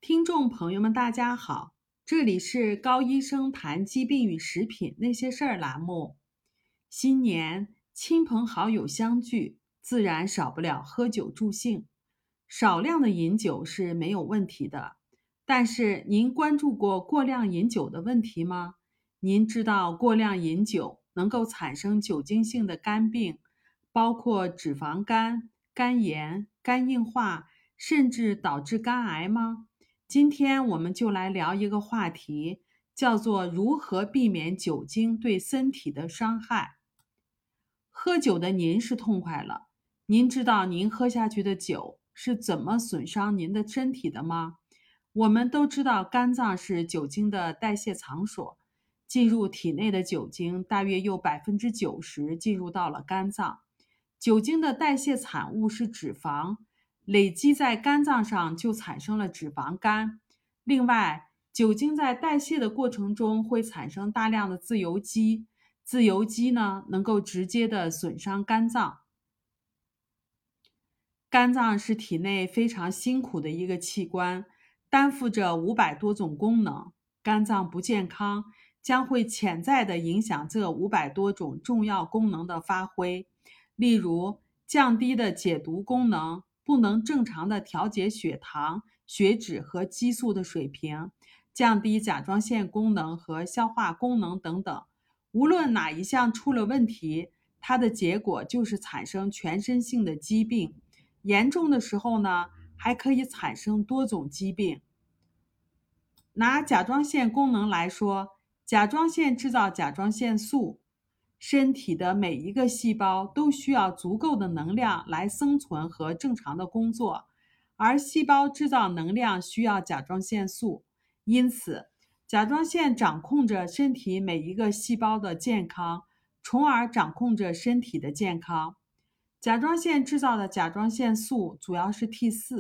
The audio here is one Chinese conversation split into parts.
听众朋友们，大家好，这里是高医生谈疾病与食品那些事儿栏目。新年，亲朋好友相聚，自然少不了喝酒助兴。少量的饮酒是没有问题的，但是您关注过过量饮酒的问题吗？您知道过量饮酒能够产生酒精性的肝病，包括脂肪肝、肝炎、肝硬化，甚至导致肝癌吗？今天我们就来聊一个话题，叫做如何避免酒精对身体的伤害。喝酒的您是痛快了，您知道您喝下去的酒是怎么损伤您的身体的吗？我们都知道肝脏是酒精的代谢场所，进入体内的酒精大约有90%进入到了肝脏。酒精的代谢产物是脂肪，累积在肝脏上就产生了脂肪肝。另外，酒精在代谢的过程中会产生大量的自由基，自由基呢能够直接的损伤肝脏。肝脏是体内非常辛苦的一个器官，担负着500多种功能。肝脏不健康，将会潜在的影响这500多种重要功能的发挥。例如，降低的解毒功能，不能正常的调节血糖、血脂和激素的水平，降低甲状腺功能和消化功能等等。无论哪一项出了问题，它的结果就是产生全身性的疾病。严重的时候呢，还可以产生多种疾病。拿甲状腺功能来说，甲状腺制造甲状腺素，身体的每一个细胞都需要足够的能量来生存和正常的工作，而细胞制造能量需要甲状腺素，因此甲状腺掌控着身体每一个细胞的健康，从而掌控着身体的健康。甲状腺制造的甲状腺素主要是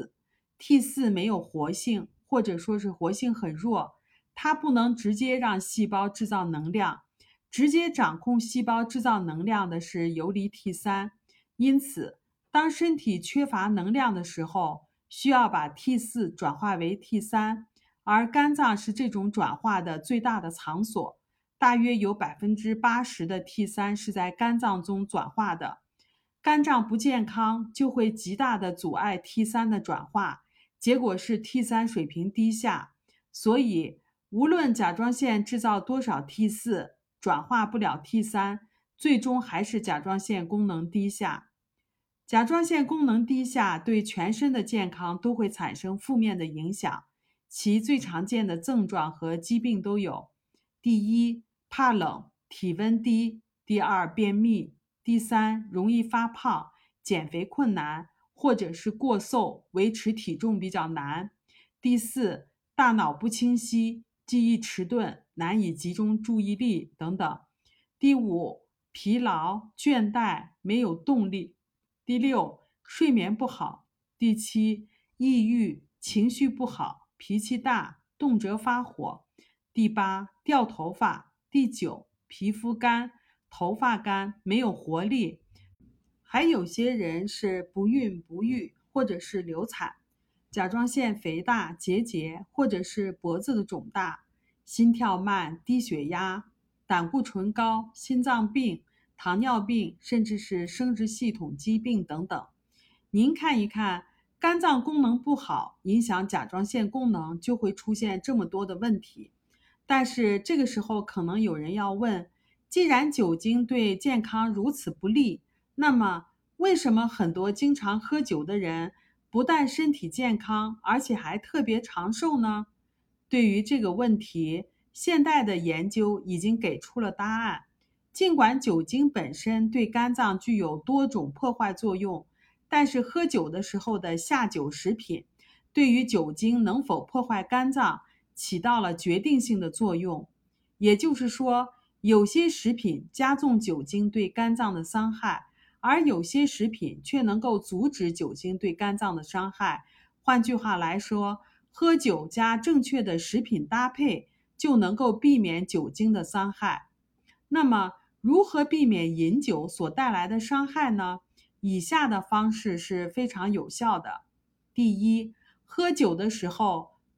T4，T4 没有活性，或者说是活性很弱，它不能直接让细胞制造能量，直接掌控细胞制造能量的是游离 T3，因此当身体缺乏能量的时候，需要把 T4 转化为 T3，而肝脏是这种转化的最大的场所，大约有80%的 T3 是在肝脏中转化的。肝脏不健康就会极大的阻碍 T3 的转化，结果是 T3 水平低下。所以无论甲状腺制造多少 T4， 转化不了 T3， 最终还是甲状腺功能低下。甲状腺功能低下对全身的健康都会产生负面的影响，其最常见的症状和疾病都有：第一，怕冷，体温低；第二，便秘；第三，容易发胖，减肥困难，或者是过瘦，维持体重比较难；第四，大脑不清晰，记忆迟钝，难以集中注意力等等；第五，疲劳、倦怠，没有动力；第六，睡眠不好；第七，抑郁，情绪不好，脾气大，动辄发火；第八，掉头发；第九，皮肤干，头发干，没有活力。还有些人是不孕不育，或者是流产，甲状腺肥大、结节，或者是脖子的肿大，心跳慢、低血压，胆固醇高，心脏病、糖尿病，甚至是生殖系统疾病等等。您看一看，肝脏功能不好，影响甲状腺功能，就会出现这么多的问题。但是这个时候可能有人要问，既然酒精对健康如此不利，那么为什么很多经常喝酒的人不但身体健康，而且还特别长寿呢？对于这个问题，现代的研究已经给出了答案。尽管酒精本身对肝脏具有多种破坏作用，但是喝酒的时候的下酒食品对于酒精能否破坏肝脏起到了决定性的作用。也就是说，有些食品加重酒精对肝脏的伤害，而有些食品却能够阻止酒精对肝脏的伤害。换句话来说，喝酒加正确的食品搭配，就能够避免酒精的伤害。那么，如何避免饮酒所带来的伤害呢？以下的方式是非常有效的。第一，喝酒的时候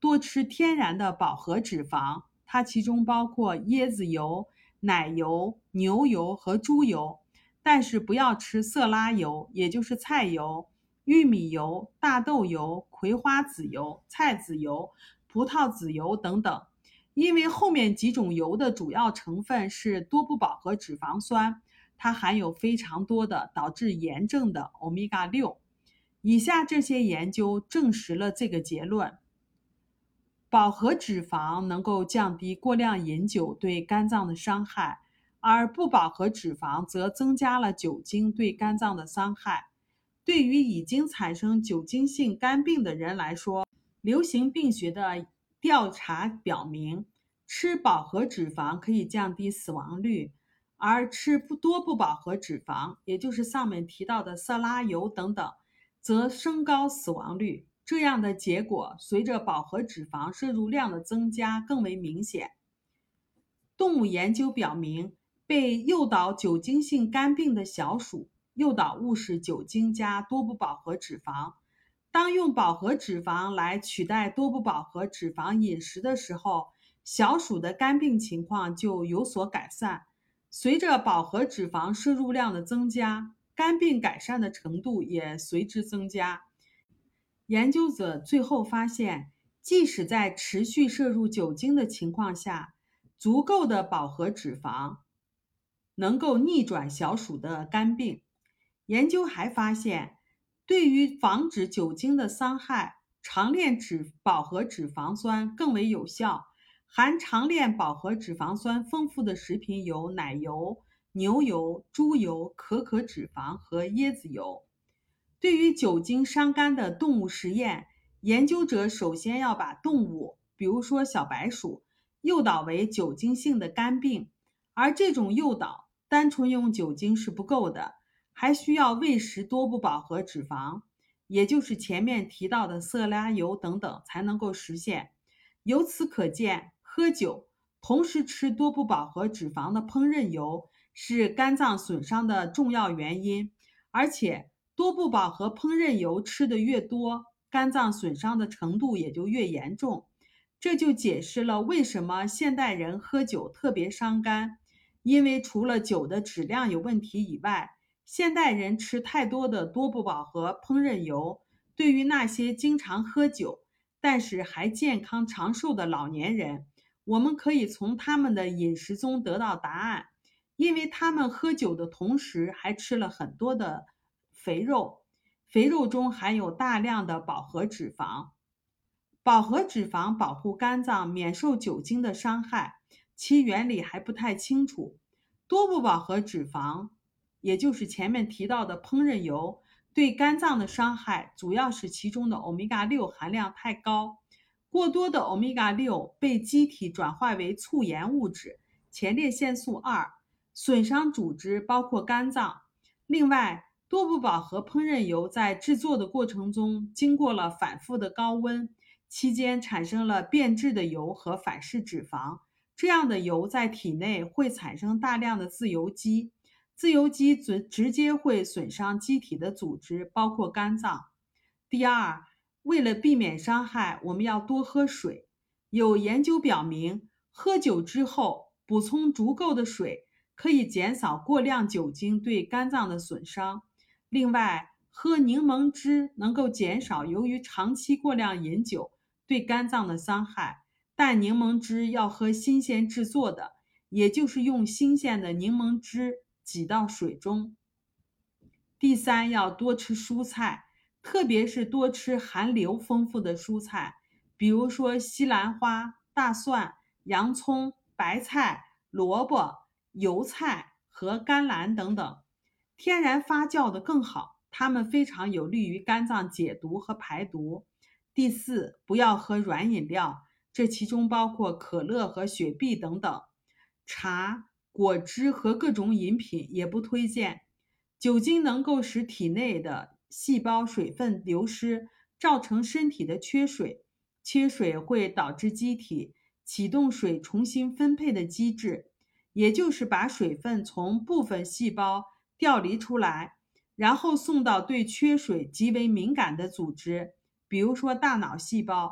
多吃天然的饱和脂肪，它其中包括椰子油、奶油、牛油和猪油，但是不要吃色拉油，也就是菜油、玉米油、大豆油、葵花籽油、菜籽油、葡萄籽油等等。因为后面几种油的主要成分是多不饱和脂肪酸，它含有非常多的导致炎症的欧米伽6。以下这些研究证实了这个结论：饱和脂肪能够降低过量饮酒对肝脏的伤害，而不饱和脂肪则增加了酒精对肝脏的伤害。对于已经产生酒精性肝病的人来说，流行病学的调查表明，吃饱和脂肪可以降低死亡率，而吃多不饱和脂肪，也就是上面提到的色拉油等等，则升高死亡率。这样的结果随着饱和脂肪摄入量的增加更为明显。动物研究表明，被诱导酒精性肝病的小鼠，诱导物是酒精加多不饱和脂肪。当用饱和脂肪来取代多不饱和脂肪饮食的时候，小鼠的肝病情况就有所改善。随着饱和脂肪摄入量的增加，肝病改善的程度也随之增加。研究者最后发现，即使在持续摄入酒精的情况下，足够的饱和脂肪能够逆转小鼠的肝病。研究还发现，对于防止酒精的伤害，长链饱和脂肪酸更为有效。含长链饱和脂肪酸丰富的食品有奶油、牛油、猪油、可可脂肪和椰子油。对于酒精伤肝的动物实验，研究者首先要把动物，比如说小白鼠，诱导为酒精性的肝病，而这种诱导单纯用酒精是不够的，还需要喂食多不饱和脂肪，也就是前面提到的色拉油等等才能够实现。由此可见，喝酒同时吃多不饱和脂肪的烹饪油是肝脏损伤的重要原因，而且多不饱和烹饪油吃的越多，肝脏损伤的程度也就越严重。这就解释了为什么现代人喝酒特别伤肝，因为除了酒的质量有问题以外，现代人吃太多的多不饱和烹饪油，对于那些经常喝酒但是还健康长寿的老年人，我们可以从他们的饮食中得到答案，因为他们喝酒的同时还吃了很多的肥肉，肥肉中含有大量的饱和脂肪。饱和脂肪保护肝脏免受酒精的伤害，其原理还不太清楚。多不饱和脂肪，也就是前面提到的烹饪油，对肝脏的伤害主要是其中的欧米伽6含量太高。过多的欧米伽6被机体转化为促盐物质前列腺素2，损伤组织包括肝脏。另外，多不饱和烹饪油在制作的过程中经过了反复的高温，期间产生了变质的油和反式脂肪，这样的油在体内会产生大量的自由基，自由基直接会损伤机体的组织，包括肝脏。第二，为了避免伤害，我们要多喝水。有研究表明，喝酒之后补充足够的水，可以减少过量酒精对肝脏的损伤。另外，喝柠檬汁能够减少由于长期过量饮酒对肝脏的伤害，但柠檬汁要喝新鲜制作的，也就是用新鲜的柠檬汁挤到水中。第三，要多吃蔬菜，特别是多吃含硫丰富的蔬菜，比如说西兰花、大蒜、洋葱、白菜、萝卜、油菜和甘蓝等等。天然发酵的更好，它们非常有利于肝脏解毒和排毒。第四，不要喝软饮料，这其中包括可乐和雪碧等等。茶、果汁和各种饮品也不推荐。酒精能够使体内的细胞水分流失，造成身体的缺水。缺水会导致机体启动水重新分配的机制，也就是把水分从部分细胞调离出来，然后送到对缺水极为敏感的组织，比如说大脑细胞。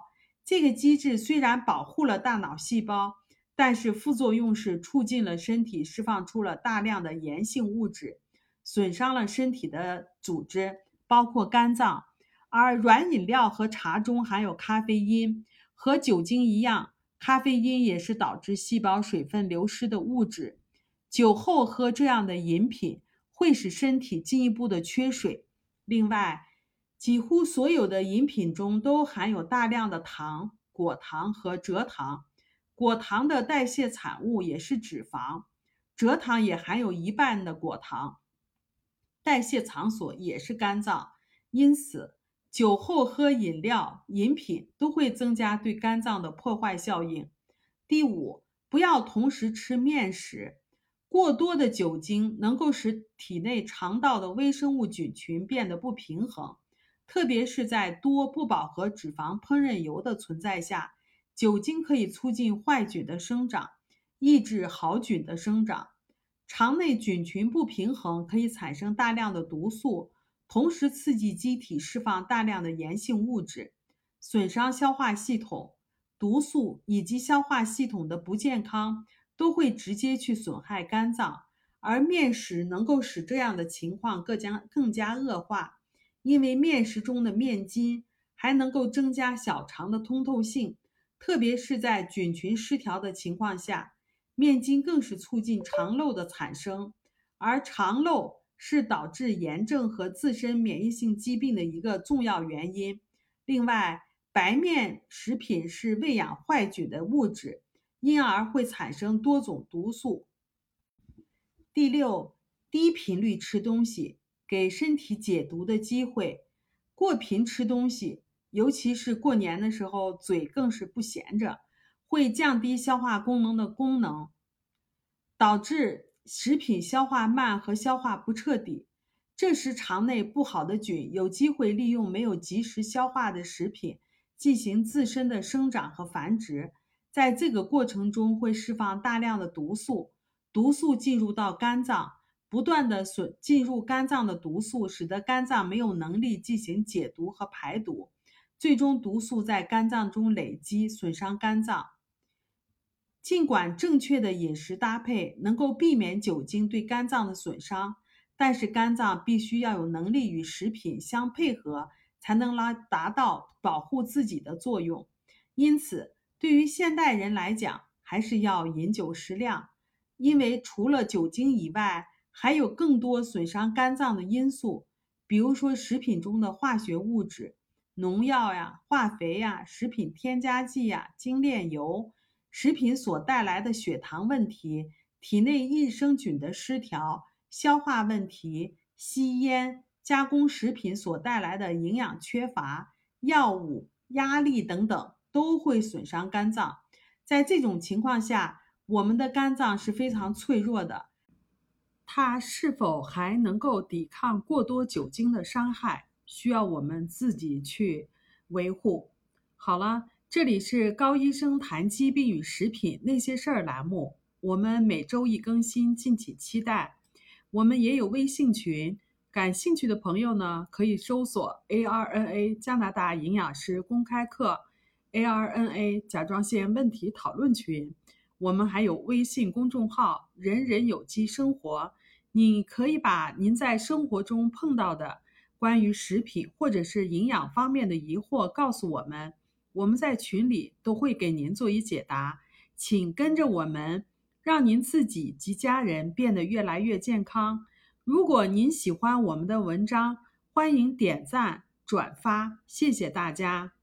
这个机制虽然保护了大脑细胞，但是副作用是促进了身体释放出了大量的炎性物质，损伤了身体的组织，包括肝脏。而软饮料和茶中含有咖啡因，和酒精一样，咖啡因也是导致细胞水分流失的物质。酒后喝这样的饮品会使身体进一步的缺水。另外，几乎所有的饮品中都含有大量的糖、果糖和蔗糖。果糖的代谢产物也是脂肪，蔗糖也含有一半的果糖，代谢场所也是肝脏。因此，酒后喝饮料、饮品都会增加对肝脏的破坏效应。第五，不要同时吃面食。过多的酒精能够使体内肠道的微生物菌群变得不平衡，特别是在多不饱和脂肪烹饪油的存在下，酒精可以促进坏菌的生长，抑制好菌的生长。肠内菌群不平衡可以产生大量的毒素，同时刺激机体释放大量的炎性物质，损伤消化系统。毒素以及消化系统的不健康都会直接去损害肝脏，而面食能够使这样的情况更加恶化，因为面食中的面筋还能够增加小肠的通透性，特别是在菌群失调的情况下，面筋更是促进肠漏的产生，而肠漏是导致炎症和自身免疫性疾病的一个重要原因。另外，白面食品是喂养坏菌的物质，因而会产生多种毒素。第六，低频率吃东西，给身体解毒的机会。过频吃东西，尤其是过年的时候，嘴更是不闲着，会降低消化功能的功能，导致食品消化慢和消化不彻底。这时肠内不好的菌有机会利用没有及时消化的食品进行自身的生长和繁殖，在这个过程中会释放大量的毒素，毒素进入到肝脏，不断的进入肝脏的毒素使得肝脏没有能力进行解毒和排毒，最终毒素在肝脏中累积，损伤肝脏。尽管正确的饮食搭配能够避免酒精对肝脏的损伤，但是肝脏必须要有能力与食品相配合，才能达到保护自己的作用。因此，对于现代人来讲，还是要饮酒适量，因为除了酒精以外，还有更多损伤肝脏的因素，比如说食品中的化学物质、农药呀、化肥呀、食品添加剂呀、精炼油、食品所带来的血糖问题、体内益生菌的失调、消化问题、吸烟、加工食品所带来的营养缺乏、药物、压力等等，都会损伤肝脏。在这种情况下，我们的肝脏是非常脆弱的，它是否还能够抵抗过多酒精的伤害，需要我们自己去维护。好了，这里是高医生谈疾病与食品那些事儿栏目，我们每周一更新，敬请期待。我们也有微信群，感兴趣的朋友呢，可以搜索 ARNA 加拿大营养师公开课 ARNA 甲状腺问题讨论群。我们还有微信公众号人人有机生活，你可以把您在生活中碰到的关于食品或者是营养方面的疑惑告诉我们，我们在群里都会给您做一解答。请跟着我们，让您自己及家人变得越来越健康。如果您喜欢我们的文章，欢迎点赞转发，谢谢大家。